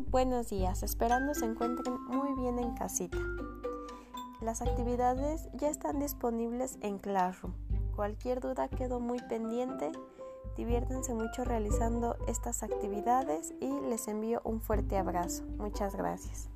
Buenos días, esperando se encuentren muy bien en casita. Las actividades ya están disponibles en Classroom. Cualquier duda quedó muy pendiente. Diviértanse mucho realizando estas actividades y les envío un fuerte abrazo. Muchas gracias.